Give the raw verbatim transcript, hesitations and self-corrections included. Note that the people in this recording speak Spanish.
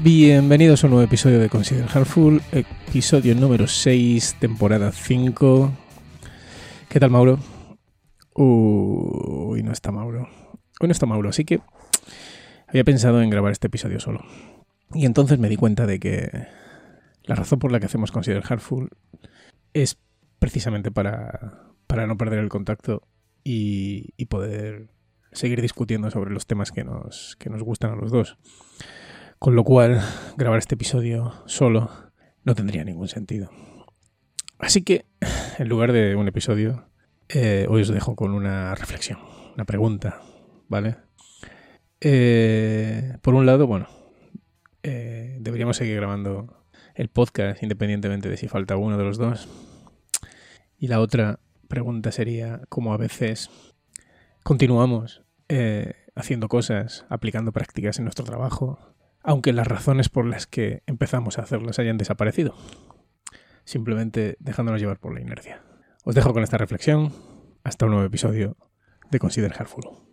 Bienvenidos a un nuevo episodio de Consider Heartful, episodio número seis, temporada cinco. ¿Qué tal, Mauro? Uy, no está Mauro. Hoy no está Mauro, así que había pensado en grabar este episodio solo. Y entonces me di cuenta de que la razón por la que hacemos Consider Heartful es precisamente para, para no perder el contacto y, y poder seguir discutiendo sobre los temas que nos, que nos gustan a los dos. Con lo cual, grabar este episodio solo no tendría ningún sentido. Así que, en lugar de un episodio, eh, hoy os dejo con una reflexión, una pregunta, ¿vale? Eh, por un lado, bueno, eh, deberíamos seguir grabando el podcast independientemente de si falta uno de los dos. Y la otra pregunta sería cómo a veces continuamos eh, haciendo cosas, aplicando prácticas en nuestro trabajo, aunque las razones por las que empezamos a hacerlas hayan desaparecido, simplemente dejándonos llevar por la inercia. Os dejo con esta reflexión. Hasta un nuevo episodio de Consider Heartful.